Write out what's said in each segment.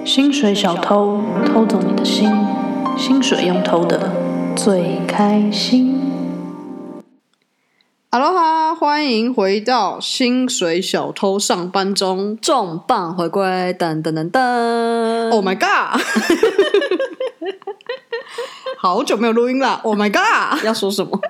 薪水小偷偷走你的心，薪水用偷的最开心。 哈喽哈，欢迎回到薪水小偷上班中， 重磅回归，噔噔噔噔 ！Oh my god！ 好久没有录音了 ！Oh my god！ 要说什么？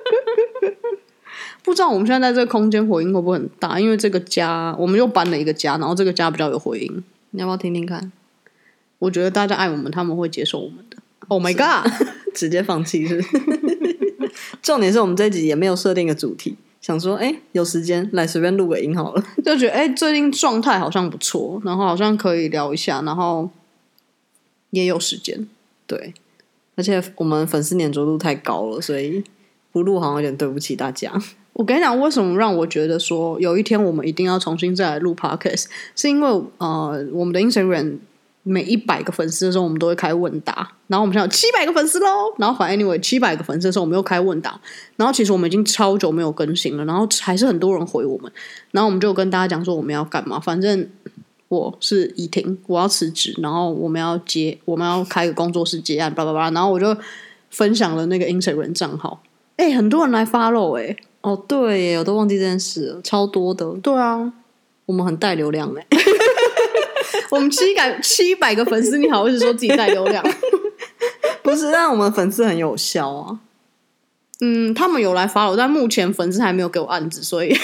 不知道我们现在在这个空间回音会不会很大？因为这个家我们又搬了一个家，然后这个家比较有回音。 你要不要听听看？ 我觉得大家爱我们，他们会接受我们的。Oh my god！ 直接放弃是不是？重点是我们这一集也没有设定一个主题，想说有时间来随便录个音好了， 就觉得最近状态好像不错，然后好像可以聊一下，然后也有时间。 对，而且我们粉丝粘着度太高了，所以不录好像有点对不起大家。 我跟你讲，为什么让我觉得说有一天我们一定要重新再来录 podcast， 是因为我们的 Instagram 每100个粉丝的时候，我们都会开问答，然后我们现在有700个粉丝咯，然后反正 anyway 700个粉丝的时候，我们又开问答，然后其实我们已经超久没有更新了，然后还是很多人回我们，然后我们就跟大家讲说我们要干嘛，反正我是怡婷，我要辞职，然后我们要开个工作室接案，叭叭叭，然后我就分享了那个 Instagram 账号，很多人来 follow 哦，对耶，我都忘记这件事了，超多的。 对啊， 我们很带流量我们700个粉丝，你好意思说自己带流量？ 不是，但我们粉丝很有效啊。 他们有来follow，但目前粉丝还没有给我案子，所以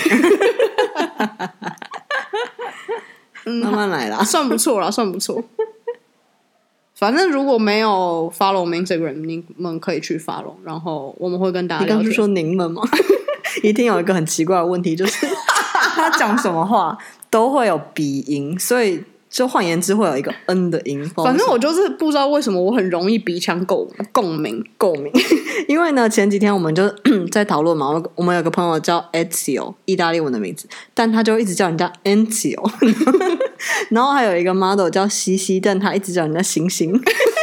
慢慢来啦， 算不错啦，算不错。反正如果没有 follow 我们 Instagram， 你们可以去 follow， 然后我们会跟大家聊天。 你刚是说您们吗？一定有一个很奇怪的问题，就是他讲什么话都会有鼻音，所以就换言之会有一个 N 的音。 反正我就是不知道为什么我很容易鼻腔共鸣， 因为呢前几天我们就在讨论嘛，我们有个朋友叫 Ezio， 意大利文的名字，但他就一直叫人家 Enzio 然后还有一个 model 叫西西，但他一直叫人家星星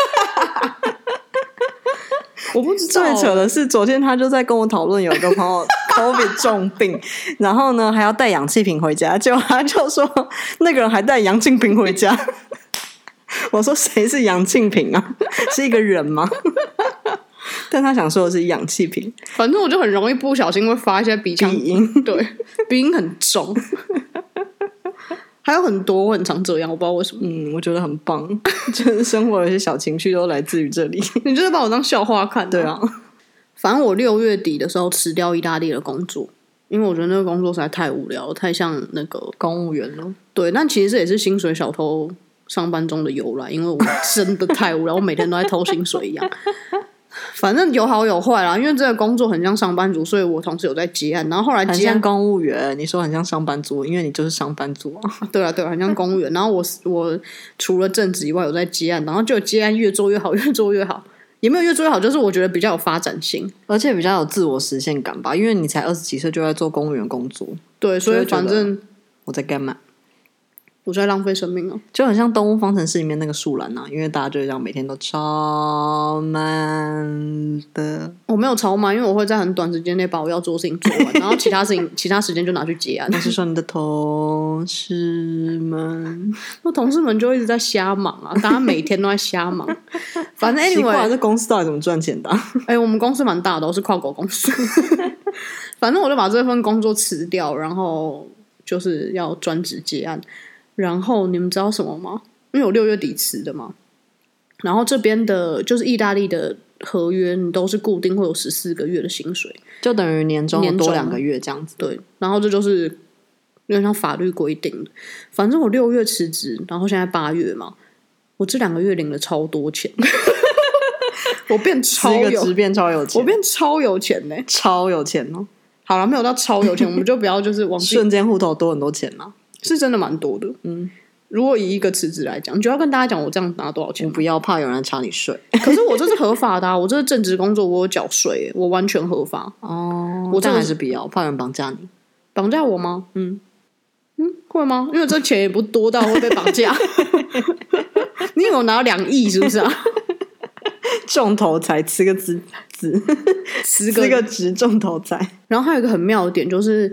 我不知道。 最扯的是昨天他就在跟我讨论有一个朋友 COVID 重病，然后呢还要带氧气瓶回家，结果他就说那个人还带氧气瓶回家我说谁是氧气瓶啊？是一个人吗？但他想说的是氧气瓶。 反正我就很容易不小心会发一些鼻音，对，鼻音很重还有很多我很常这样，我不知道为什么。 我觉得很棒，就是生活有些小情绪都来自于这里。 你就是把我当笑话看。 对啊， 反正我6月底的时候辞掉意大利的工作，因为我觉得那个工作实在太无聊了，太像那个公务员了。 对，但其实这也是薪水小偷上班中的由来，因为我真的太无聊，我每天都在偷薪水一样。反正有好有坏啦，因为这个工作很像上班族，所以我同时有在接案，然后后来接案很像公务员，你说很像上班族，因为你就是上班族啊。 对啊，很像公务员。然后我除了正职以外有在接案，然后就接案越做越好，越做越好，也没有越做越好，就是我觉得比较有发展性， 而且比较有自我实现感吧，因为你才20几岁就在做公务员工作。 对，所以反正我在干嘛？ 我在浪费生命啊， 就很像《动物方程式》里面那个树懒啊，因为大家就这样每天都超慢的。 我没有超慢，因为我会在很短时间内把我要做的事情做完，然后其他时间就拿去接案。 我是说你的同事们， 我同事们就一直在瞎忙啊，大家每天都在瞎忙。反正 anyway， 奇怪，这公司到底怎么赚钱的我们公司蛮大的，我是跨国公司。反正我就把这份工作辞掉，然后就是要专职接案。然后你们知道什么吗？因为我6月底辞的嘛，然后这边的就是意大利的合约，你都是固定会有14个月的薪水， 就等于年终多2个月这样子。 对，然后这就是有点像法律规定的。反正我6月辞职，然后现在8月嘛，我这2个月领了超多钱，我变超有， 直变超有钱， 我变超有钱呢， 超有钱哦。 好了，没有到超有钱，我们就不要就是往瞬间户头多很多钱嘛。 是真的蛮多的，如果以一个辞职来讲，你就要跟大家讲我这样拿多少钱。 我不要怕有人查你税， 可是我这是合法的啊，我这是正职工作，我有缴税，我完全合法。 我这还是不要，怕有人绑架你。 绑架我吗？会吗？因为这钱也不多到会被绑架。你有拿到2亿是不是啊？ 中头彩，吃个直中头彩。 然后还有一个很妙的点就是。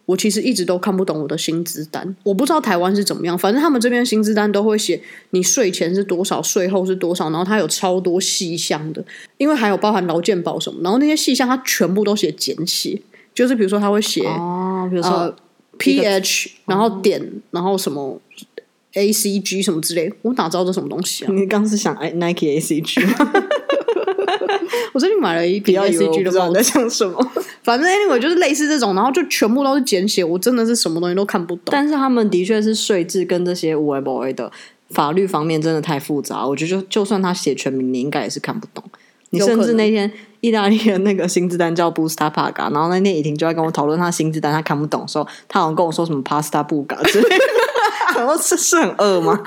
我其实一直都看不懂我的薪资单。我不知道台湾是怎么样，反正他们这边薪资单都会写你税前是多少，税后是多少，然后它有超多细项的，因为还有包含劳健保什么，然后那些细项它全部都写简写，就是比如说他会写比如说、 pH， 然后点，然后什么 ACG 什么之类，我哪知道这什么东西啊？ 你刚是想 Nike ACG 吗？ 我最近买了一批 ACG 的帽子， 在想什么？ 反正 anyway 就是类似这种，然后就全部都是简写，我真的是什么东西都看不懂。 但是他们的确是税制跟这些无为不为的法律方面真的太复杂，我觉得就算他写全名，你应该也是看不懂。你甚至那天意大利的那个薪资单叫 Busta Paga， 然后那天怡婷就在跟我讨论他薪资单，他看不懂的时候，他好像跟我说什么 Pasta Buga 之类的，然后是很饿吗？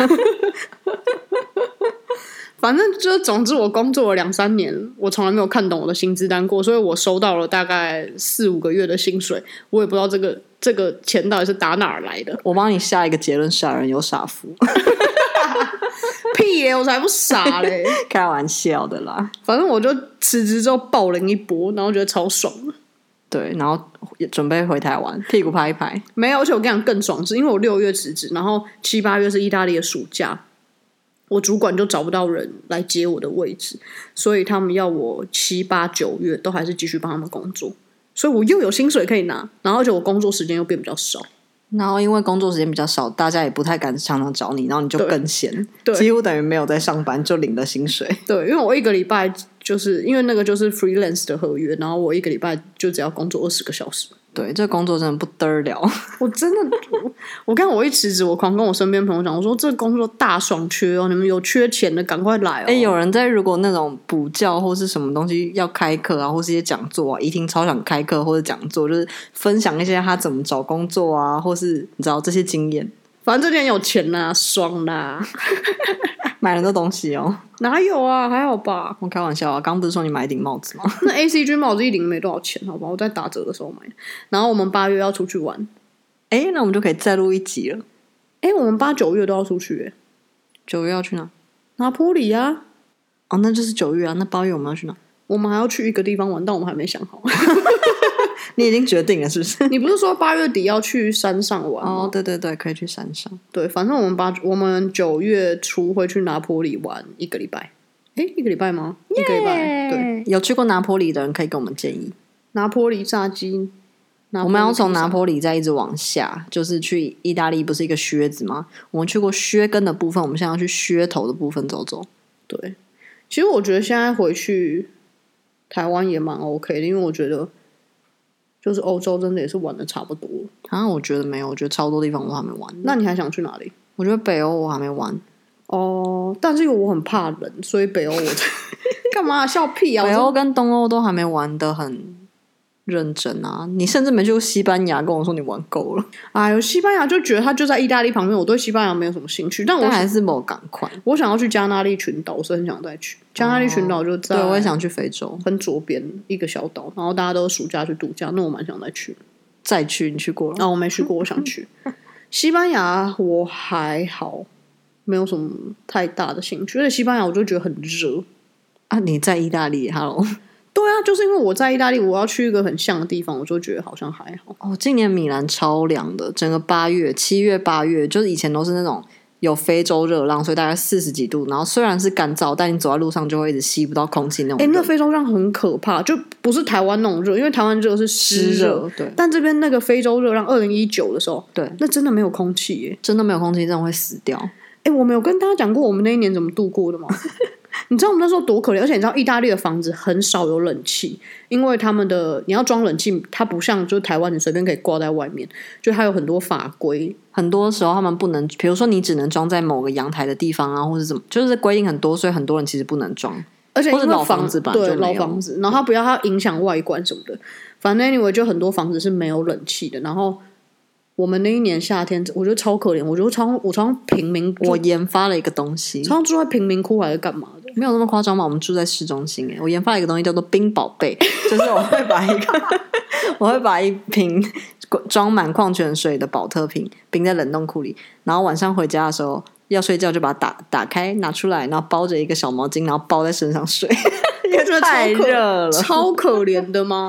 反正就总之我工作了2-3年，我从来没有看懂我的薪资单过，所以我收到了大概4-5个月的薪水，我也不知道这个钱到底是打哪儿来的。 我帮你下一个结论：傻人有傻福。 屁耶，我才不傻嘞！ 开玩笑的啦。 反正我就辞职之后暴领一波，然后觉得超爽的。 对，然后也准备回台湾，屁股拍一拍。 没有，而且我跟你讲更爽，是因为我6月辞职，然后7-8月是意大利的暑假。我主管就找不到人来接我的位置，所以他们要我7-8-9月都还是继续帮他们工作，所以我又有薪水可以拿，然后而且我工作时间又变比较少， 然后因为工作时间比较少，大家也不太敢常常找你，然后你就更闲，几乎等于没有在上班就领了薪水。对， 因为我1个礼拜就是因为那个就是 freelance 的合约，然后我1个礼拜就只要工作20个小时。 对，这工作真的不得了。 我真的，我刚我一辞职，我狂跟我身边朋友讲，我说这工作大爽缺哦，你们有缺钱的赶快来哦。 有人在如果那种补教或是什么东西要开课啊，或是一些讲座啊，怡婷超想开课或者讲座，就是分享一些他怎么找工作啊，或是你知道这些经验。 反正这边有钱啦，爽啦。 买很多东西哦。 哪有啊，还好吧。 我开玩笑啊，刚不是说你买一顶帽子吗？ 那 ACG 帽子一顶没多少钱，好吧，我在打折的时候买的。然后我们8月要出去玩， 那我们就可以再录一集了。 我们8-9月都要出去。 9月要去哪？ 拿坡里啊。 哦，那就是9月啊。那8月我们要去哪？ 我们还要去一个地方玩，但我们还没想好。 你已经决定了是不是？ 你不是说8月底要去山上玩吗？ 哦，对对对，可以去山上。 对，反正我们9月初会去拿坡里玩1个礼拜。1个礼拜吗？1个礼拜。对， 有去过拿坡里的人可以给我们建议。 拿坡里炸鸡， 我们要从拿坡里再一直往下，就是去意大利不是一个靴子吗？我们去过靴跟的部分，我们现在要去靴头的部分走走。 对，其实我觉得现在回去台湾也蛮 OK 的，因为我觉得就是欧洲真的也是玩的差不多啊。我觉得没有，我觉得超多地方我都还没玩。 那你还想去哪里？ 我觉得北欧我还没玩哦，但是因为我很怕冷，所以北欧我干嘛笑屁啊？ 北欧跟东欧都还没玩得很认真啊！你甚至没去过西班牙，跟我说你玩够了。 哎呦，西班牙就觉得它就在意大利旁边，我对西班牙没有什么兴趣。但我还是没赶快。 我想要去加那利群岛，我是很想再去。加那利群岛就在， 对，我也想去非洲， 很左边一个小岛，然后大家都暑假去度假，那我蛮想再去。 再去，你去过了？ 我没去过，我想去。西班牙我还好，没有什么太大的兴趣，而且西班牙我就觉得很热啊。你在意大利 ，Hello。 对啊，就是因为我在意大利，我要去一个很像的地方，我就觉得好像还好。 哦，今年米兰超凉的，整个7月8月，就是以前都是那种有非洲热浪，所以大概40几度，然后虽然是干燥，但你走在路上就会一直吸不到空气那种。 那非洲热浪很可怕，就不是台湾那种热，因为台湾热是湿热， 对。 但这边那个非洲热浪2019的时候， 对， 那真的没有空气耶， 真的没有空气，真的会死掉。 我没有跟大家讲过我们那一年怎么度过的吗？你知道我们那时候多可怜，而且你知道意大利的房子很少有冷气，因为他们的你要装冷气，它不像就是台湾你随便可以挂在外面，就它有很多法规， 很多时候他们不能，比如说你只能装在某个阳台的地方啊，或者怎么，就是规定很多，所以很多人其实不能装， 而且因为老房子吧， 对老房子，然后它不要它影响外观什么的，反正 anyway 就很多房子是没有冷气的，然后。我们那一年夏天，我觉得超可怜。我觉得我常贫民， 我研发了一个东西， 常住在贫民窟还是干嘛的？ 没有那么夸张吧？我们住在市中心我研发了一个东西叫做冰宝贝，就是我会把一瓶装满矿泉水的宝特瓶冰在冷冻库里，然后晚上回家的时候要睡觉就把它打开拿出来，然后包着一个小毛巾，然后包在身上睡，因为太热了， 超可怜的吗？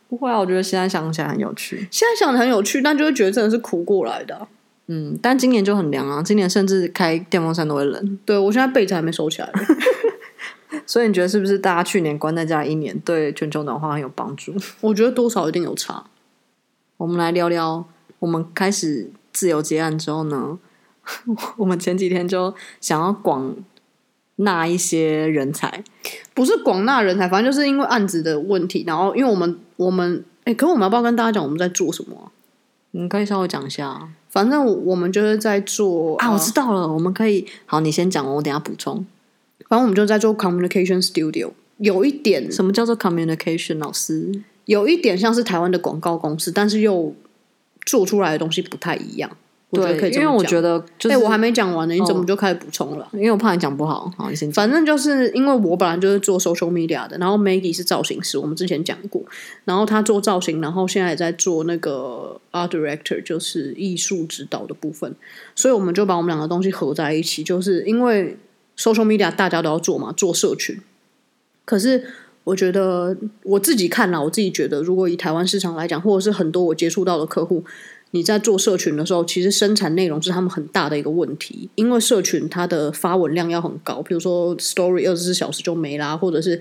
不会啊，我觉得现在想起来很有趣。 现在想的很有趣，但就会觉得真的是苦过来的但今年就很凉啊，今年甚至开电风扇都会冷。 对，我现在被子还没收起来。 所以你觉得是不是大家去年关在家1年，对全球暖化很有帮助？ 我觉得多少一定有差。 我们来聊聊，我们开始自由接案之后呢，我们前几天就想要广纳一些人才， 不是广纳人才，反正就是因为案子的问题，然后因为我们可是我们要不要跟大家讲我们在做什么你可以稍微讲一下啊。 反正我们就是在做我知道了，我们可以好，你先讲，我等一下补充。 反正我们就在做 communication studio， 有一点什么叫做 communication 老师？ 有一点像是台湾的广告公司，但是又做出来的东西不太一样。我觉得可以这么讲， 因为我觉得就是我还没讲完呢，你怎么就开始补充了？ 因为我怕你讲不好。好，你先讲。 反正就是因为我本来就是做 social media 的，然后 Maggie 是造型师，我们之前讲过，然后他做造型，然后现在也在做那个 art director， 就是艺术指导的部分，所以我们就把我们两个东西合在一起，就是因为 social media 大家都要做嘛，做社群，可是我觉得我自己看啦，我自己觉得，如果以台湾市场来讲，或者是很多我接触到的客户，你在做社群的时候，其实生产内容是他们很大的一个问题，因为社群它的发文量要很高，比如说 story 24小时就没啦，或者是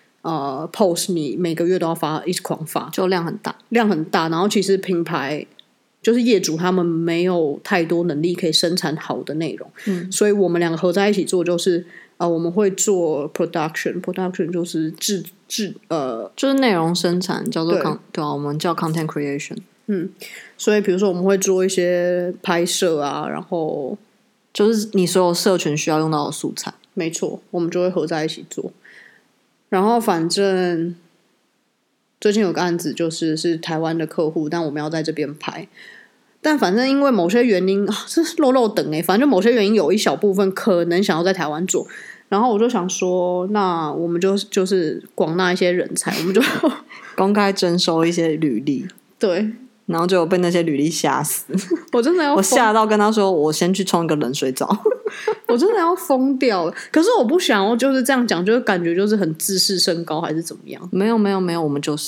post 你每个月都要发，一直狂发， 就量很大， 然后其实品牌就是业主他们没有太多能力可以生产好的内容，所以我们两个合在一起做，就是我们会做 production 就是就是内容生产，叫做对啊，我们叫 content creation。 所以比如说我们会做一些拍摄啊，然后就是你所有社群需要用到的素材， 没错，我们就会合在一起做。然后反正最近有个案子，是台湾的客户，但我们要在这边拍。但反正因为某些原因这是漏等反正某些原因有一小部分可能想要在台湾做，然后我就想说，那我们就是广纳一些人才，我们就公开征收一些履历， 对。 然后就有被那些履历吓死， 我真的要我吓到跟他说，我先去冲一个冷水澡， 我真的要疯掉了。可是我不想要就是这样讲，就是感觉就是很自视甚高还是怎么样？ 没有，我们就是。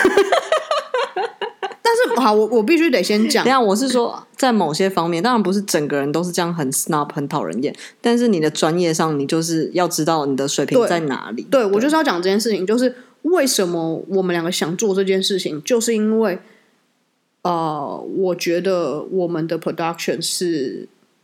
但是好，我必须得先讲。 等一下，我是说在某些方面，当然不是整个人都是这样很 snob 很讨人厌，但是你的专业上，你就是要知道你的水平在哪里。 对，我就是要讲这件事情，就是为什么我们两个想做这件事情，就是因为我觉得我们的 production 是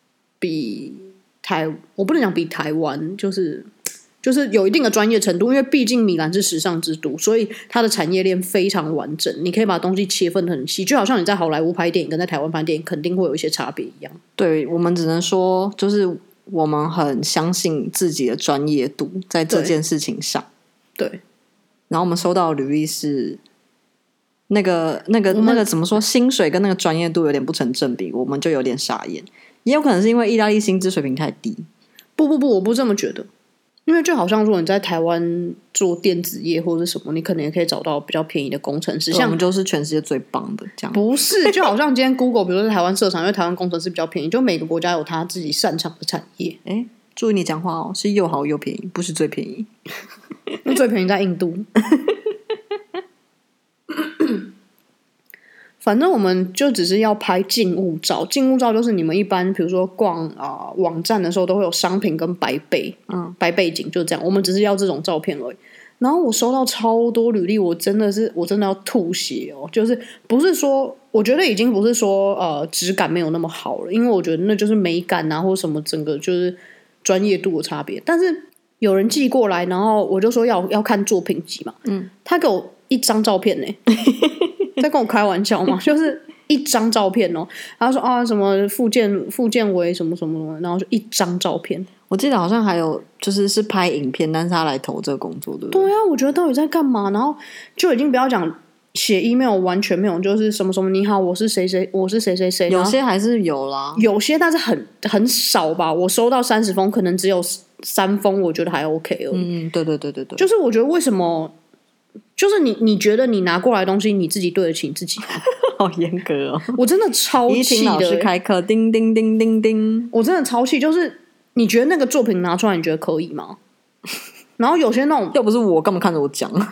我不能讲比台湾，就是有一定的专业程度，因为毕竟米兰是时尚之都，所以它的产业链非常完整，你可以把东西切分得很细，就好像你在好莱坞拍电影跟在台湾拍电影肯定会有一些差别一样。 对，我们只能说就是我们很相信自己的专业度在这件事情上。 对， 然后我们收到的履历是那个怎么说，薪水跟那个专业度有点不成正比，我们就有点傻眼。也有可能是因为意大利薪资水平太低。 不，我不这么觉得。因为就好像如果你在台湾做电子业或者什么，你可能也可以找到比较便宜的工程师，像我们就是全世界最棒的这样。 不是，就好像今天 Google 比如说在台湾设厂，因为台湾工程师比较便宜，就每个国家有他自己擅长的产业。 注意你讲话哦，是又好又便宜，不是最便宜。 那最便宜在印度。反正我们就只是要拍静物照，静物照就是你们一般比如说逛网站的时候都会有商品跟白背景，就这样，我们只是要这种照片而已。然后我收到超多履历，我真的要吐血哦！就是不是说，我觉得已经不是说质感没有那么好了，因为我觉得那就是美感啊或什么整个就是专业度的差别。但是有人寄过来，然后我就说要看作品集嘛，他给我一张照片呢。在跟我开玩笑嘛，就是一张照片哦，然后说什么附件为什么什么，然后就一张照片。 我记得好像还有是拍影片，但是他来投这个工作，对不对？ 对啊，我觉得到底在干嘛？然后就已经不要讲写 email 完全没有，就是什么什么你好，我是谁谁，我是谁谁谁， 有些还是有啦， 有些但是很少吧。我收到30封，可能只有3封，我觉得还 OK 而已。 对， 就是我觉得为什么？就是你觉得你拿过来的东西你自己对得起你自己吗？ 好严格哦！ 我真的超气的。 老师开课，叮叮叮叮叮， 我真的超气。就是你觉得那个作品拿出来，你觉得可以吗？然后有些那种又不是我，干嘛看着我讲？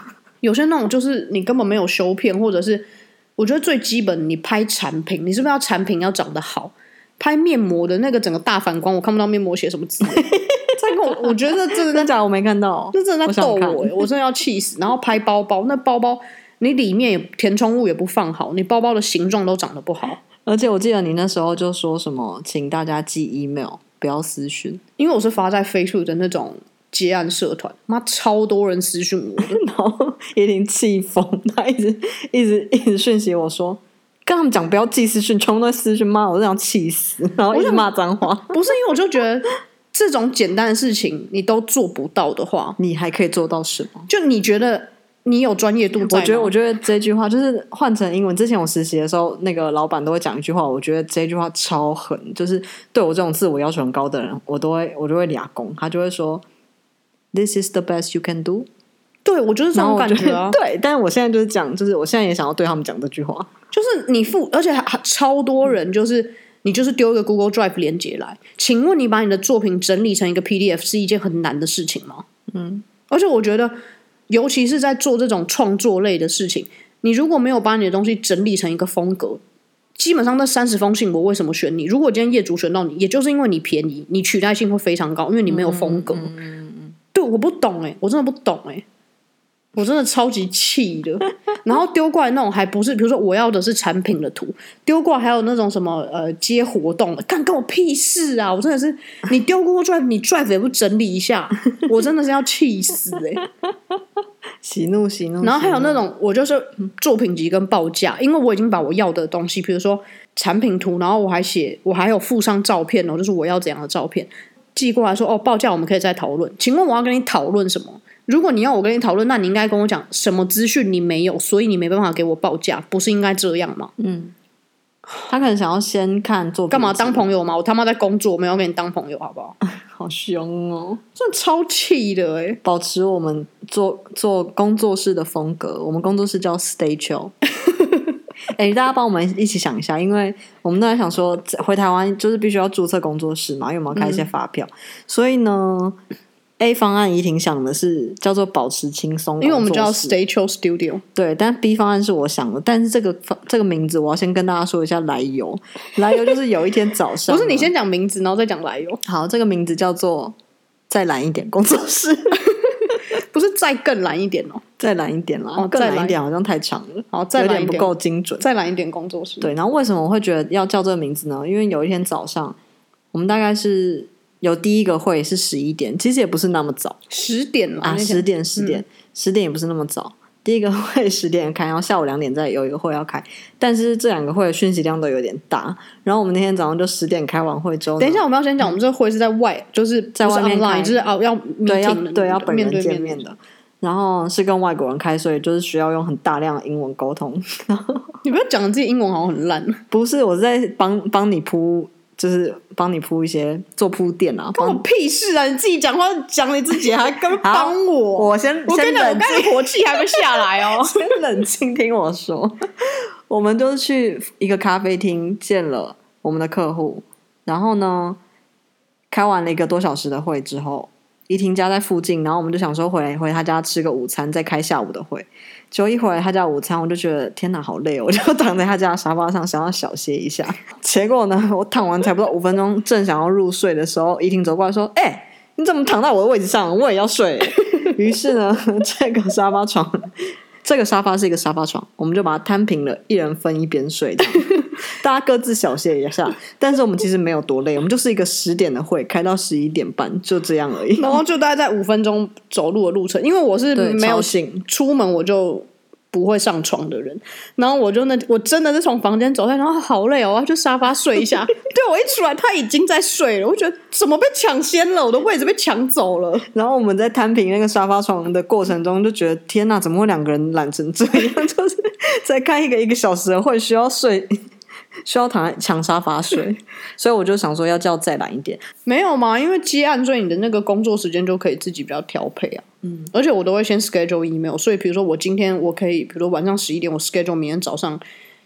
有些那种就是你根本没有修片，或者是我觉得最基本，你拍产品，你是不是要产品要长得好？拍面膜的那个整个大反光，我看不到面膜写什么字。这个我觉得真的真假我没看到， 这真的在逗我， 我我真的要气死。然后拍包包，那包包你里面也填充物也不放好，你包包的形状都长得不好。 而且我记得你那时候就说什么，请大家寄 email， 不要私讯， 因为我是发在 Facebook 的那种接案社团，妈超多人私讯我的， 然后一定气疯，他一直讯息我说。跟他们讲不要寄私讯，全部都在私讯，妈，我真想气死，然后一直骂脏话。 不是因为我就觉得这种简单的事情你都做不到的话， 你还可以做到什么？ 就你觉得你有专业度在吗？ 我觉得这句话就是换成英文。之前我实习的时候，那个老板都会讲一句话，我觉得这句话超狠，就是对我这种自我要求很高的人，我就会俩攻，他就会说 "This is the best you can do"。 对，我就是这种感觉啊。 对，但是我现在就是讲，就是我现在也想要对他们讲这句话， 就是你而且超多人就是你就是丢一个 Google Drive 连接来，请问你把你的作品整理成一个 PDF 是一件很难的事情吗？而且我觉得，尤其是在做这种创作类的事情，你如果没有把你的东西整理成一个风格，基本上那30封信我为什么选你？如果今天业主选到你，也就是因为你便宜，你取代性会非常高，因为你没有风格。对，我不懂我真的不懂我真的超级气的，然后丢过来那种还不是，比如说我要的是产品的图，丢过来还有那种什么接活动的，干跟我屁事啊！我真的是，你丢过 Drive， 你 Drive 也不整理一下，我真的是要气死喜怒。 然后还有那种我就是作品集跟报价，因为我已经把我要的东西，比如说产品图，然后我还有附上照片就是我要怎样的照片寄过来说报价我们可以再讨论，请问我要跟你讨论什么？如果你要我跟你讨论，那你应该跟我讲什么资讯你没有，所以你没办法给我报价，不是应该这样吗？ 他可能想要先看作品， 干嘛当朋友嘛？我他妈在工作，我没有跟你当朋友，好不好？ 好凶哦， 真的超气的保持我们做工作室的风格，我们工作室叫 Stay Chill。大家帮我们一起想一下，因为我们都在想说，回台湾就是必须要注册工作室嘛，因为我们要开一些发票，所以呢。A 方案怡婷想的是叫做保持轻松， 因为我们叫 Stay Chill Studio。对， 但 B 方案是我想的，但是这个名字我要先跟大家说一下来由。来由就是有一天早上， 不是你先讲名字，然后再讲来由。 好，这个名字叫做再懒一点工作室， 不是再更懒一点再懒一点啦，更懒一点好像太长了， 好，再懒一点有点不够精准， 再懒一点工作室。 对，然后为什么我会觉得要叫这个名字呢？因为有一天早上，我们大概是。有第一个会是11点，其实也不是那么早 ，10点啦 10点也不是那么早。第一个会10点开，然后下午2点再有一个会要开，但是这2个会的讯息量都有点大。然后我们那天早上就10点开完会之后， 等一下我们要先讲，我们这个会是在外，就是在外面开， 就是要要本人见面的。然后是跟外国人开，所以就是需要用很大量的英文沟通。 你不要讲自己英文好像很烂， 不是，我是在帮你铺。就是帮你铺一些做铺垫啊， 关我屁事啊！你自己讲话讲你自己，还跟帮我。 我跟你讲， 我刚才火气还没下来哦， 先冷静听我说。我们就是去一个咖啡厅见了我们的客户，然后呢，开完了1个多小时的会之后，怡婷家在附近，然后我们就想说回他家吃个午餐，再开下午的会。结果一回来他家午餐，我就觉得天哪，好累哦！我就躺在他家的沙发上，想要小歇一下。结果呢，我躺完才不到5分钟，正想要入睡的时候，怡婷走过来说：“你怎么躺在我的位置上？我也要睡。”于是呢，这个沙发是一个沙发床，我们就把它摊平了，一人分一边睡，这样大家各自小歇一下。但是我们其实没有多累，我们就是一个10点的会开到11点半，就这样而已。 然后就大概在5分钟走路的路程，因为我是没有出门我就不会上床的人，然后我真的是从房间走出来，然后好累哦，我要去沙发睡一下。对，我一出来他已经在睡了，我觉得怎么被抢先了，我的位置被抢走了。 然后我们在摊平那个沙发床的过程中，就觉得天哪，怎么会2个人懒成这样？就是在开一个小时的会，需要躺在抢沙发睡，所以我就想说要叫再懒一点。 没有嘛，因为接案，所以你的那个工作时间就可以自己比较调配啊。而且我都会先 schedule email， 所以比如说我今天我可以，比如说晚上11点我 schedule 明天早上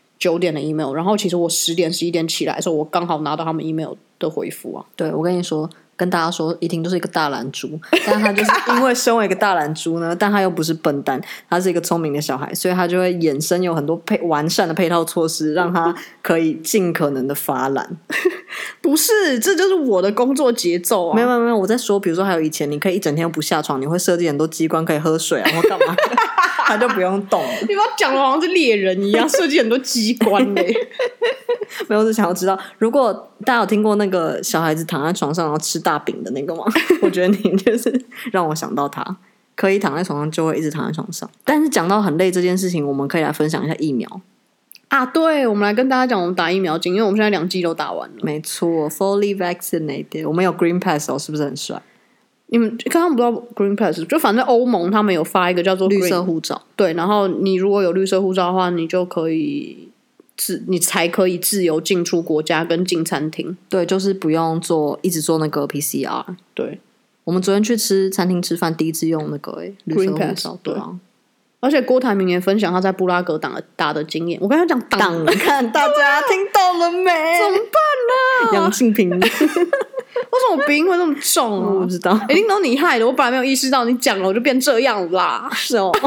9点的 email， 然后其实我10点11点起来的时候，我刚好拿到他们 email 的回复啊。 对，我跟你说， 跟大家说，怡婷就是一个大懒猪，但他就是因为身为一个大懒猪呢，但他又不是笨蛋，他是一个聪明的小孩，所以他就会衍生有很多完善的配套措施，让他可以尽可能的发懒。 不是，这就是我的工作节奏啊！ 没有，我在说，比如说还有以前你可以一整天都不下床，你会设计很多机关可以喝水啊，或干嘛，他就不用动了。 你把我讲的好像是猎人一样，设计很多机关嘞。 没有，我是想要知道，如果大家有听过那个小孩子躺在床上然后吃大饼的那个吗？我觉得你就是让我想到他可以躺在床上就会一直躺在床上。但是讲到很累这件事情，我们可以来分享一下疫苗啊。对，我们来跟大家讲我们打疫苗经，因为我们现在2剂都打完了。 没错 ，fully vaccinated， 我们有 green pass 哦，是不是很帅？ 你们刚刚不知道 green pass， 就反正欧盟他们有发一个叫做绿色护照， 对，然后你如果有绿色护照的话，你就可以你才可以自由进出国家跟进餐厅。 对，就是不用一直做那个 PCR。 对， 我们昨天去餐厅吃饭，第一次用那个绿色护照，对啊。 而且郭台铭也分享他在布拉格打的经验。我跟他讲党，看大家听到了没？ 怎么办呢？ 杨庆平， 为什么鼻音会那么重啊？ 我不知道， 一定都你害的。我本来没有意识到，你讲了我就变这样啦。 是哦。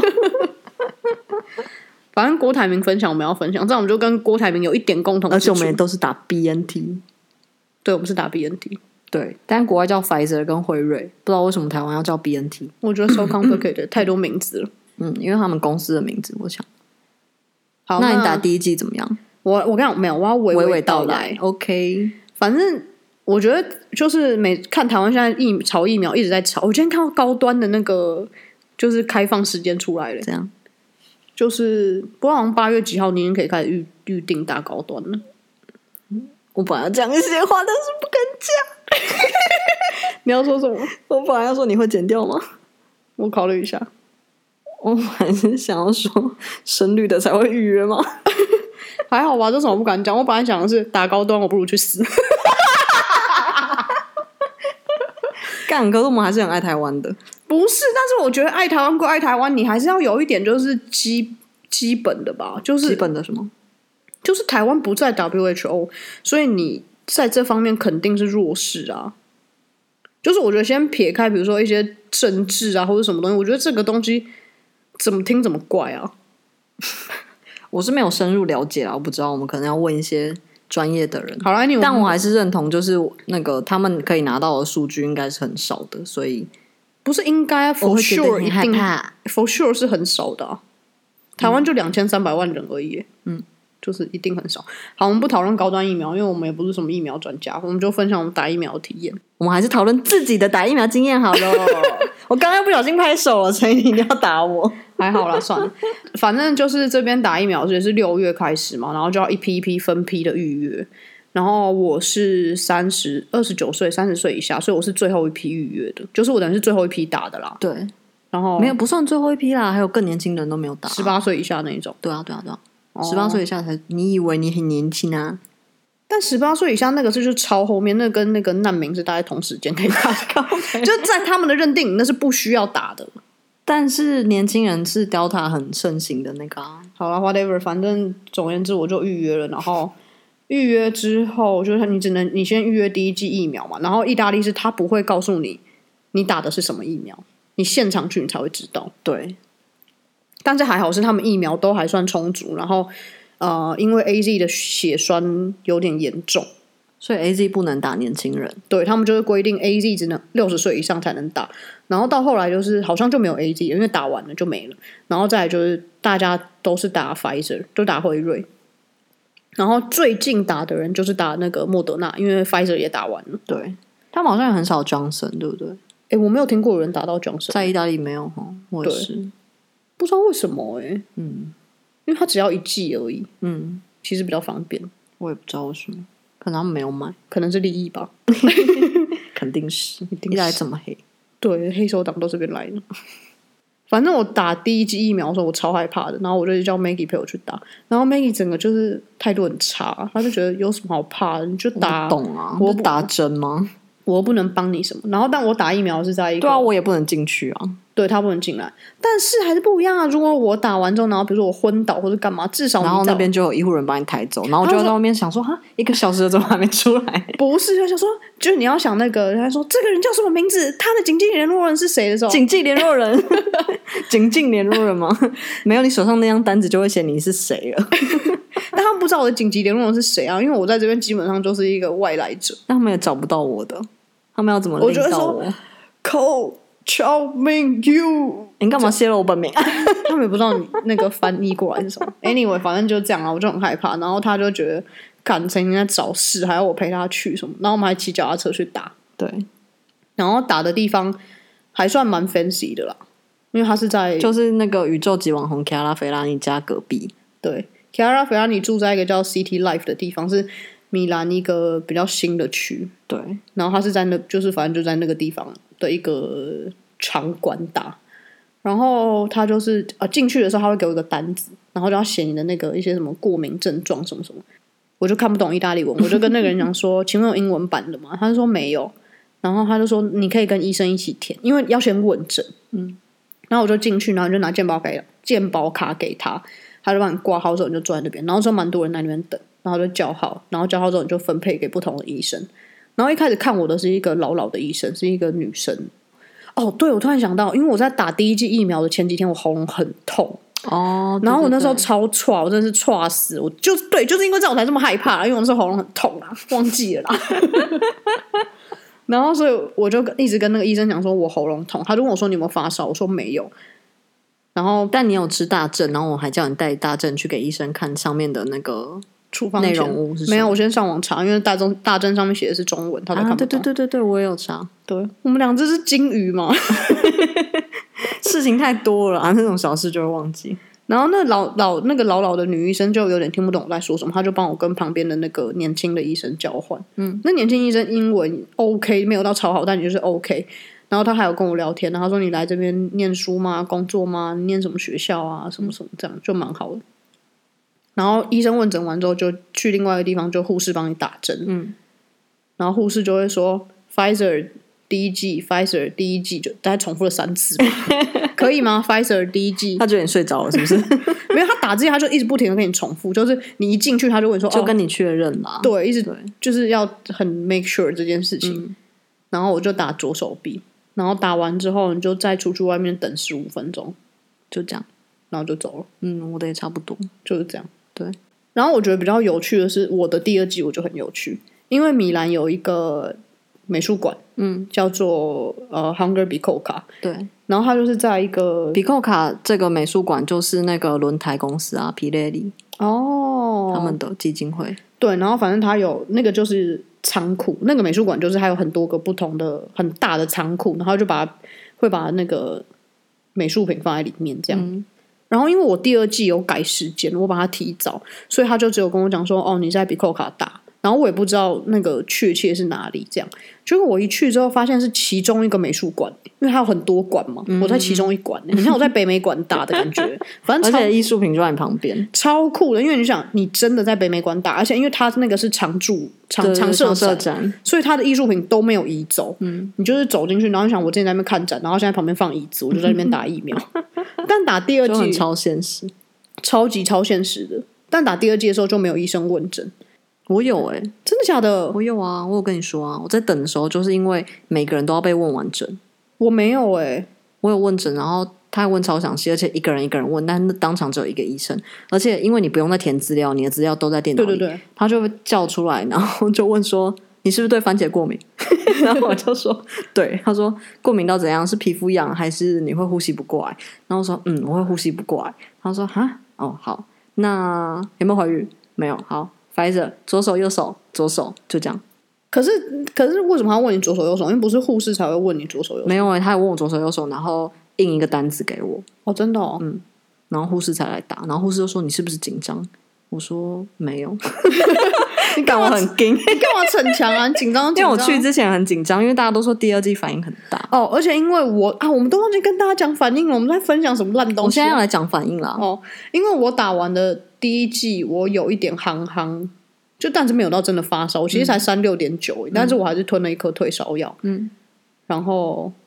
反正郭台铭分享，我们要分享，这样我们就跟郭台铭有一点共同之处。 而且我们也都是打 BNT， 对，我们是打 BNT。 对，但国外叫 Pfizer 跟辉瑞，不知道为什么台湾要叫 BNT。 我觉得 so complicated， 太多名字了。 因为他们公司的名字，我想。 好， 那你打第一剂怎么样？ 我跟你讲，没有，我要娓娓道来。 OK， 反正我觉得就是看台湾现在炒疫苗一直在炒。我今天看到高端的那个就是开放时间出来了， 这样就是不知道好像8月几号你已经可以开始预定打高端了。 我本来要讲一些话，但是不敢讲。 你要说什么？ 我本来要说你会剪掉吗？ 我考虑一下。 我还是想要说深绿的才会预约吗？ 还好吧，这什么不敢讲。我本来讲的是打高端，我不如去死。 干，可是我们还是很爱台湾的。 不是，但是我觉得爱台湾归爱台湾，你还是要有一点就是基本的吧，就是基本的什么？ 就是台湾不在 WHO， 所以你在这方面肯定是弱势啊。就是我觉得先撇开，比如说一些政治啊或者什么东西，我觉得这个东西怎么听怎么怪啊。 我是没有深入了解啦，我不知道，我们可能要问一些专业的人。 好啦， 但我还是认同，就是那个他们可以拿到的数据应该是很少的，所以不是应该 for sure 一定 for sure 是很少的啊。台湾就2300万人而已，就是一定很少。好，我们不讨论高端疫苗，因为我们也不是什么疫苗专家，我们就分享我们打疫苗的体验。 我们还是讨论自己的打疫苗经验好了。我刚刚不小心拍手了，所以你一定要打我。 还好啦，算了，反正就是这边打疫苗也是6月开始嘛，然后就要一批一批分批的预约。然后我是29岁30岁以下，所以我是最后一批预约的，就是我等于是最后一批打的啦。 对， 然后没有不算最后一批啦，还有更年轻人都没有打 ，18岁以下那一种。 对啊，18岁以下才，你以为你很年轻啊？ 但18岁以下那个是就超后面，那跟那个难民是大概同时间可以打的，就在他们的认定那是不需要打的。 但是年轻人是 Delta 很盛行的那个啊。 好啦 whatever， 反正总而言之我就预约了，然后预约之后就是你先预约第一剂疫苗嘛，然后意大利是他不会告诉你打的是什么疫苗，你现场去你才会知道。 对， 但是还好是他们疫苗都还算充足，然后因为 AZ 的血栓有点严重， 所以 AZ 不能打年轻人。 对，他们就是规定 AZ 只能60岁以上才能打，然后到后来就是好像就没有 AZ， 因为打完了就没了，然后再来就是大家都是打 Pfizer， 就打辉瑞，然后最近打的人就是打那个莫德纳，因为 Pfizer 也打完了。 对，他们好像也很少 Johnson， 对不对？ 我没有听过有人打到 Johnson， 在意大利没有哈，我也是不知道为什么因为它只要1剂而已，其实比较方便。 我也不知道为什么，可能他们没有买， 可能是利益吧。 肯定是， 一定是一来这么黑， 对，黑手党都这边来的。反正我打第一剂疫苗的时候，我超害怕的，然后我就叫 Maggie 陪我去打，然后 Maggie 整个就是态度很差，他就觉得有什么好怕的，你就打。 我懂啊，我打针吗？ 我不能帮你什么。然后，但我打疫苗是在一个， 对啊，我也不能进去啊。 对，他不能进来。但是还是不一样啊！如果我打完之后，然后比如说我昏倒或者干嘛，至少然后那边就有医护人把你抬走，然后我就在外面想说，哈，1个小时了怎么还没出来？ 不是，就想说，就是你要想那个，他说这个人叫什么名字，他的紧急联络人是谁的时候， 紧急联络人，紧急联络人吗？没有，你手上那张单子就会写你是谁了。 但他们不知道我的紧急联络人是谁啊，因为我在这边基本上就是一个外来者， 但他们也找不到我的，他们要怎么领到我？ 寇乔明 you， 你干嘛泄露我本名？ 他们也不知道你那个翻译过来是什么。Anyway， 反正就这样啊，我就很害怕。然后他就觉得，干成天在找事，还要我陪他去什么。然后我们还骑脚踏车去打， 对， 然后打的地方还算蛮 fancy 的啦，因为他是在就是那个宇宙级网红卡拉菲拉尼家隔壁。 对，卡拉菲拉尼住在一个叫 City Life 的地方，是米兰一个比较新的区。 对， 然后他是在那，就是反正就在那个地方的一个场馆打。然后他就是进去的时候他会给我一个单子，然后就要写你的那个一些什么过敏症状什么什么。我就看不懂意大利文，我就跟那个人讲说：“请问有英文版的吗？”他就说没有。然后他就说：“你可以跟医生一起填，因为要先问诊。”然后我就进去，然后就拿健保卡给他，他就帮你挂号之后你就坐在那边，然后说蛮多人在那边等，然后就叫号，然后叫号之后你就分配给不同的医生。然后一开始看我的是一个老的医生，是一个女生。哦，对，我突然想到，因为我在打第1剂疫苗的前几天，我喉咙很痛哦， 然后我那时候超挫，我真的是挫死，我就是因为这样我才这么害怕，因为我那时候喉咙很痛啊，忘记了啦。然后所以我就一直跟那个医生讲说我喉咙痛，他就问我说你有没有发烧，我说没有。然后但你有吃大正，然后我还叫你带大正去给医生看上面的那个处方内容物是什么？ 没有，我先上网查，因为大正上面写的是中文，他才看不懂。 对，我也有查。 对，我们俩这是金鱼嘛？ 事情太多了啊，那种小事就会忘记。 然后那老的女医生就有点听不懂我在说什么，她就帮我跟旁边的那个年轻的医生交换。那年轻医生英文 OK， 没有到超好，但你就是 OK。然后他还有跟我聊天，然后他说你来这边念书吗？工作吗？你念什么学校啊？什么什么，这样就蛮好的。然后医生问诊完之后，就去另外一个地方，就护士帮你打针。然后护士就会说 Pfizer 第1剂 ，Pfizer 第1剂，就大概重复了3次吧，可以吗 ？Pfizer 第1剂， 他就有点睡着了，是不是？ 没有，他打之前他就一直不停的跟你重复，就是你一进去他就会说， 就跟你确认啦。 对，一直就是要很 make sure 这件事情。然后我就打左手臂，然后打完之后你就再出去外面等15分钟，就这样，然后就走了。 我的也差不多， 就是这样。 对。 然后我觉得比较有趣的是，我的第2季我就很有趣，因为米兰有一个美术馆，叫做Hunger Bicocca， 对。 然后它就是在一个比寇卡这个美术馆，就是那个轮胎公司啊，皮雷里他们的基金会。 对，然后反正它有那个就是仓库，那个美术馆就是还有很多个不同的很大的仓库，然后就会把那个美术品放在里面这样。然后因为我第2季有改时间，我把它提早，所以他就只有跟我讲说，哦，你在比寇卡打，然后我也不知道那个确切是哪里，这样。结果我一去之后，发现是其中一个美术馆，因为它有很多馆嘛，我在其中一馆，你像我在北美馆打的感觉，反正而且艺术品就在你旁边， 超酷的。因为你想，你真的在北美馆打，而且因为它那个是常设展，所以它的艺术品都没有移走。你就是走进去，然后你想我之前在那边看展，然后现在旁边放椅子，我就在那边打疫苗。但打第2季就很超现实， 超级超现实的。但打第2季的时候就没有医生问诊。 我有真的假的？ 我有啊，我有跟你说啊，我在等的时候，就是因为每个人都要被问完诊， 我没有我有问诊，然后他还问超详细，而且一个人问，但是当场只有一个医生，而且因为你不用再填资料，你的资料都在电脑里， 对， 他就会叫出来，然后就问说你是不是对番茄过敏？然后我就说对，他说过敏到怎样？是皮肤痒还是你会呼吸不过来？然后我说我会呼吸不过来。他说哈哦好，那有没有怀孕？没有，好。Pfizer 左手右手左手就这样。 可是为什么他问你左手右手？因为不是护士才会问你左手右手。 没有他还问我左手右手，然后印一个单子给我。 哦，真的然后护士才来打，然后护士就说你是不是紧张？我说没有。 你干嘛很紧？ 你干嘛逞强啊？你紧张？ 因为我去之前很紧张，因为大家都说第2季反应很大。 而且因为我们都忘记跟大家讲反应了，我们在分享什么烂东西？ 我现在要来讲反应啦。 因为我打完的第1季，我有一点夯，但是没有到真的发烧，我其实才36.9，但是我还是吞了一颗退烧药。然后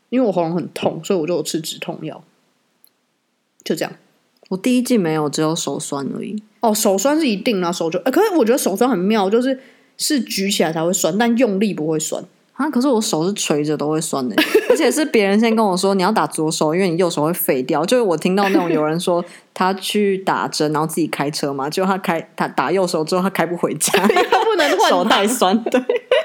因为我喉咙很痛，所以我就有吃止痛药，就这样。 我第一季没有，只有手酸而已。 哦，手酸是一定啦，可是我觉得手酸很妙，是举起来才会酸，但用力不会酸。 啊！可是我手是垂着都会酸的，而且是别人先跟我说你要打左手，因为你右手会废掉。就是我听到那种有人说他去打针，然后自己开车嘛，结果他打右手之后他开不回家， 他不能换手太酸，对，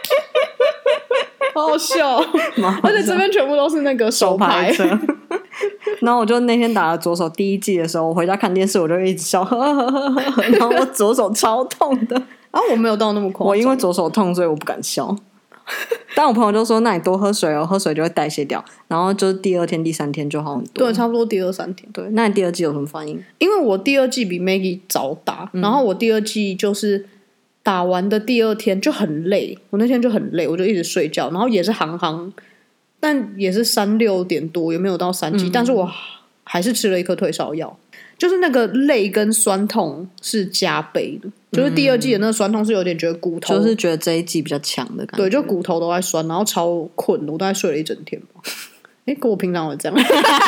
好好笑。而且这边全部都是那个手牌车。然后我就那天打了左手第一季的时候，我回家看电视，我就一直笑，然后我左手超痛的。 啊，我没有到那么夸张， 我因为左手痛，所以我不敢笑。但我朋友就说：“那你多喝水哦，喝水就会代谢掉。”然后就是第2天、第3天就好很多。 对，差不多第2、3天。 对，那你第2季有什么反应？ 因为我第2季比 Maggie 早打，然后我第2季就是打完的第2天就很累，我那天就很累，我就一直睡觉，然后也是行，但也是36点多，也没有到3剂，但是我还是吃了一颗退烧药。就是那个累跟酸痛是加倍的，就是第2季的那个酸痛是有点觉得骨头， 就是觉得这一季比较强的感觉， 对，就骨头都在酸，然后超困，我大概睡了一整天吧。跟我平常会这样，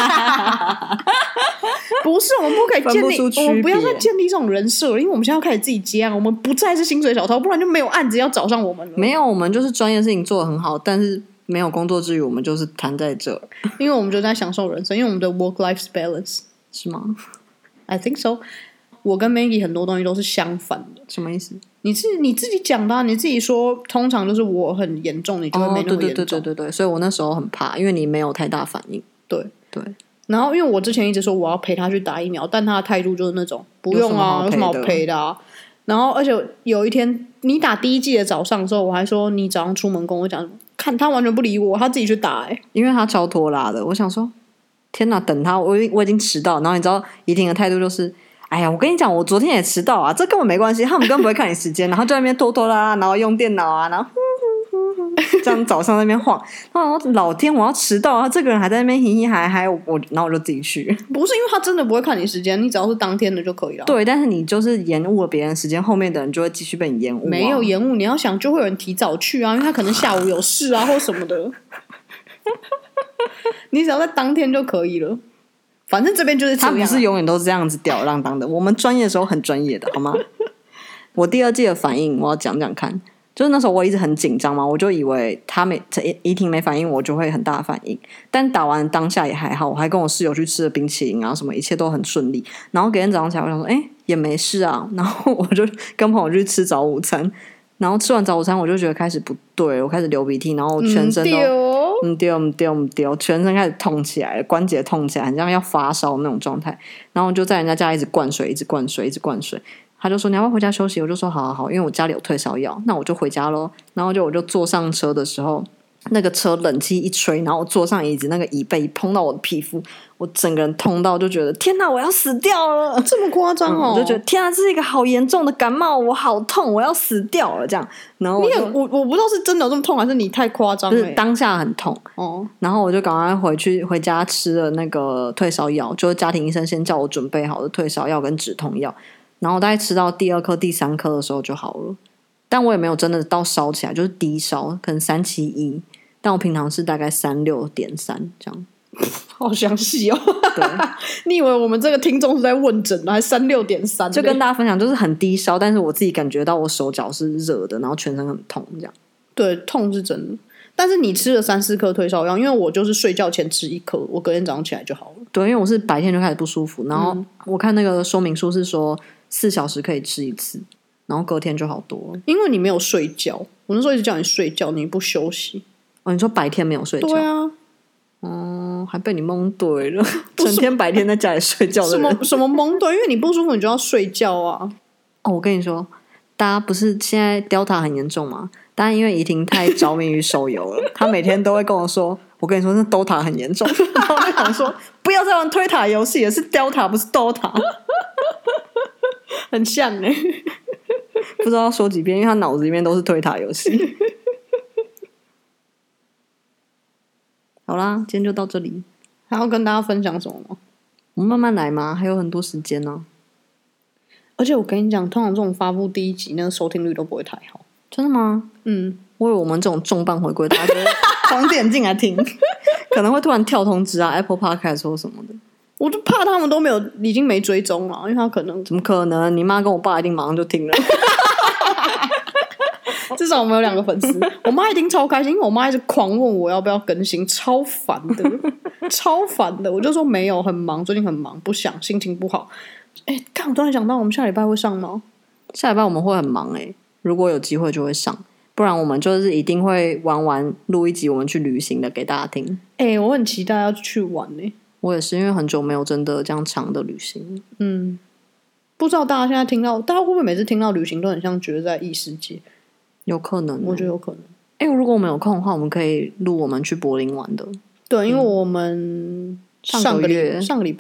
不是，我们不可以建立，我们不要再建立这种人设了，因为我们现在要开始自己接案，我们不再是薪水小偷，不然就没有案子要找上我们了。 没有，我们就是专业事情做得很好，但是没有工作之余，我们就是瘫在这， 因为我们就在享受人生，因为我们的 work-life balance 是吗？ I think so。我跟 Maggie 很多东西都是相反的。 什么意思？ 你自己讲的啊，你自己说，通常就是我很严重，你就会没那么严重。 对，所以我那时候很怕，因为你没有太大反应。 对。然后因为我之前一直说我要陪他去打疫苗，但他的态度就是那种不用啊，有什么好陪的啊。然后而且有一天你打第1剂的早上的时候，我还说你早上出门跟我讲，看他完全不理我，他自己去打因为他超拖拉的。我想说，天哪，等他，我已经迟到。然后你知道怡婷的态度就是。哎呀，我跟你讲，我昨天也迟到啊，这根本没关系，他们根本不会看你时间，然后就在那边拖拖拉拉，然后用电脑啊，然后这样早上在那边晃，然后老天，我要迟到啊！这个人还在那边嘻嘻嗨嗨，然后我就自己去。 不是因为他真的不会看你时间，你只要是当天的就可以了。 对，但是你就是延误了别人时间，后面的人就会继续被你延误。 没有延误，你要想就会有人提早去啊，因为他可能下午有事啊或什么的，你只要在当天就可以了。反正这边就是这样， 他不是永远都是这样子吊儿郎当的。我们专业的时候很专业的，好吗？我第2季的反应，我要讲讲看。就是那时候我一直很紧张嘛，我就以为怡婷没反应，我就会很大的反应。但打完当下也还好，我还跟我室友去吃了冰淇淋啊，什么一切都很顺利。然后隔天早上起来，我想说，也没事啊。然后我就跟朋友去吃早午餐。然后吃完早午餐，我就觉得开始不对，我开始流鼻涕，然后我全身都丢，全身开始痛起来，关节痛起来，很像要发烧那种状态。然后我就在人家家一直灌水。他就说你要不要回家休息？我就说好，因为我家里有退烧药，那我就回家咯。然后我就坐上车的时候，那个车冷气一吹，然后我坐上椅子，那个椅背碰到我的皮肤，我整个人痛到就觉得天哪，我要死掉了， 这么夸张哦！ 我就觉得天哪，这是一个好严重的感冒，我好痛，我要死掉了这样。然后我不知道是真的有这么痛，还是你太夸张了。 就是当下很痛哦。 然后我就赶快回家吃了那个退烧药，就是家庭医生先叫我准备好的退烧药跟止痛药。然后我大概吃到第2颗、第3颗的时候就好了，但我也没有真的到烧起来，就是低烧，可能371，但我平常是大概36.3这样。 好详细哦！对，你以为我们这个听众是在问诊还是36.3？ 就跟大家分享，就是很低烧，但是我自己感觉到我手脚是热的，然后全身很痛这样。 对，痛是真的。但是你吃了3、4颗退烧药，因为我就是睡觉前吃1颗，我隔天早上起来就好了。 对，因为我是白天就开始不舒服，然后我看那个说明书是说4小时可以吃1次，然后隔天就好多了。 因为你没有睡觉，我那时候一直叫你睡觉，你不休息。 哦，你说白天没有睡觉？ 对啊。 还被你蒙对了，整天白天在家里睡觉的人。 什么蒙对？因为你不舒服，你就要睡觉啊。 哦，我跟你说，大家不是现在 Delta 很严重吗？当然，因为怡婷太着迷于手游了，她每天都会跟我说：“我跟你说，那 Dota 很严重。”然后我就想说，不要再玩推塔游戏了，是 Delta 不是 Dota， 很像欸。 不知道要说几遍，因为他脑子里面都是推塔游戏。好啦，今天就到这里。 还要跟大家分享什么吗？ 我们慢慢来嘛，还有很多时间呢。 而且我跟你讲，通常这种发布第1集，那个收听率都不会太好。 真的吗？ 嗯， 我以为我们这种重磅回归，大家就会狂点进来听，可能会突然跳通知啊 ，Apple Podcast 或什么的。 我就怕他们都已经没追踪了，因为他可能怎么可能？你妈跟我爸一定马上就听了。 至少我们有2个粉丝，我妈一定超开心，因为我妈一直狂问我要不要更新，超烦的，超烦的。我就说没有，很忙，最近很忙，不想，心情不好。哎，看我突然想到，我们下礼拜会上吗？ 下礼拜我们会很忙如果有机会就会上，不然我们就是一定会玩完录一集我们去旅行的给大家听。 我很期待要去玩我也是，因为很久没有真的这样长的旅行。 不知道大家现在听到，大家会不会每次听到旅行都很像觉得在异世界？ 有可能， 我觉得有可能。 如果我们有空的话，我们可以录我们去柏林玩的。 对，因为我们上个礼拜上个月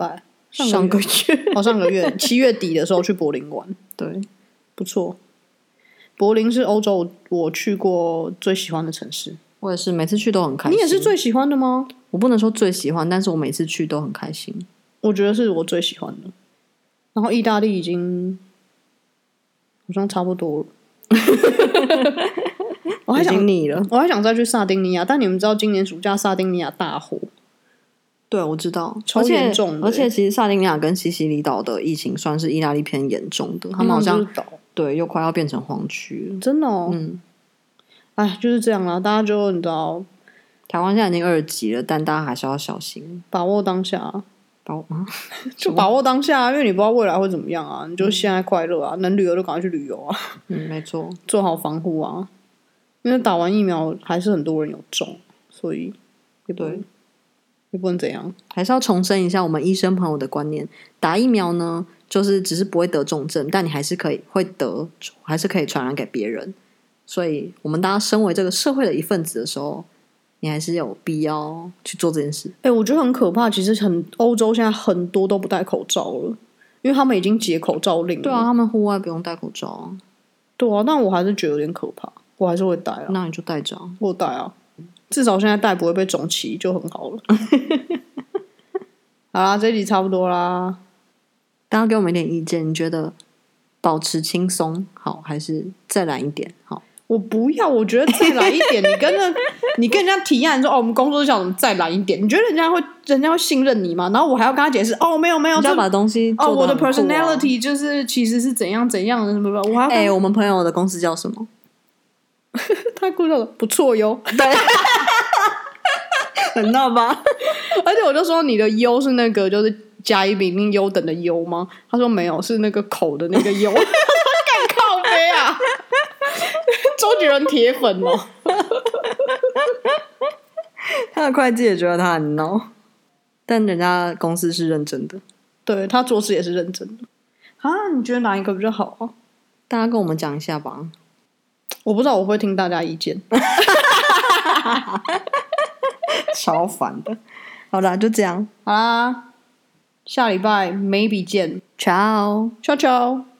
7月底的时候去柏林玩， 对， 不错。柏林是欧洲我去过最喜欢的城市。 我也是，每次去都很开心。 你也是最喜欢的吗？ 我不能说最喜欢，但是我每次去都很开心。 我觉得是我最喜欢的。然后意大利已经好像差不多了。我还想腻了， 我还想再去萨丁尼亚，但你们知道今年暑假萨丁尼亚大火？ 对，我知道， 超严重的。 而且其实萨丁尼亚跟西西里岛的疫情算是意大利偏严重的，他们好像对又快要变成荒区了， 真的哦。就是这样啦，大家就你知道， 台湾现在已经2级了，但大家还是要小心， 把握当下， 就把握当下，因为你不知道未来会怎么样啊，你就现在快乐啊，能旅游就赶快去旅游啊。 没错， 做好防护啊，因为打完疫苗还是很多人有中，所以也不能怎样， 还是要重申一下我们医生朋友的观念，打疫苗呢，就是只是不会得重症，但你还是可以还是可以传染给别人。所以我们大家身为这个社会的一份子的时候，你还是有必要去做这件事。 我觉得很可怕。其实欧洲现在很多都不戴口罩了，因为他们已经解口罩令了。 对啊，他们户外不用戴口罩啊。 对啊，但我还是觉得有点可怕，我还是会戴啊。 那你就戴着啊。 我戴啊，至少现在戴不会被肿起就很好了。好啦，这一集差不多啦。 大家给我们一点意见，你觉得保持轻松好，还是再懒一点好？ 我不要，我觉得再懒一点。你跟人家提案说我们工作想怎么再懒一点？你觉得人家会信任你吗？然后我还要跟他解释没有， 你要把东西做我的 personality 就是其实是怎样怎样的什么的。我还我们朋友的公司叫什么？ 他故意说不错哟， 对，很闹吧？ 而且我就说你的优是那个就是甲乙丙丁优等的优吗？他说没有，是那个口的那个优。干靠背啊！周杰伦铁粉哦。 他的会计也觉得他很闹，但人家公司是认真的， 对他做事也是认真的啊。你觉得哪一个比较好啊？ 大家跟我们讲一下吧。 我不知道我会听大家意见。 超烦的。好啦，就这样。 好啦，下礼拜 maybe 见。 Ciao。 Ciao ciao。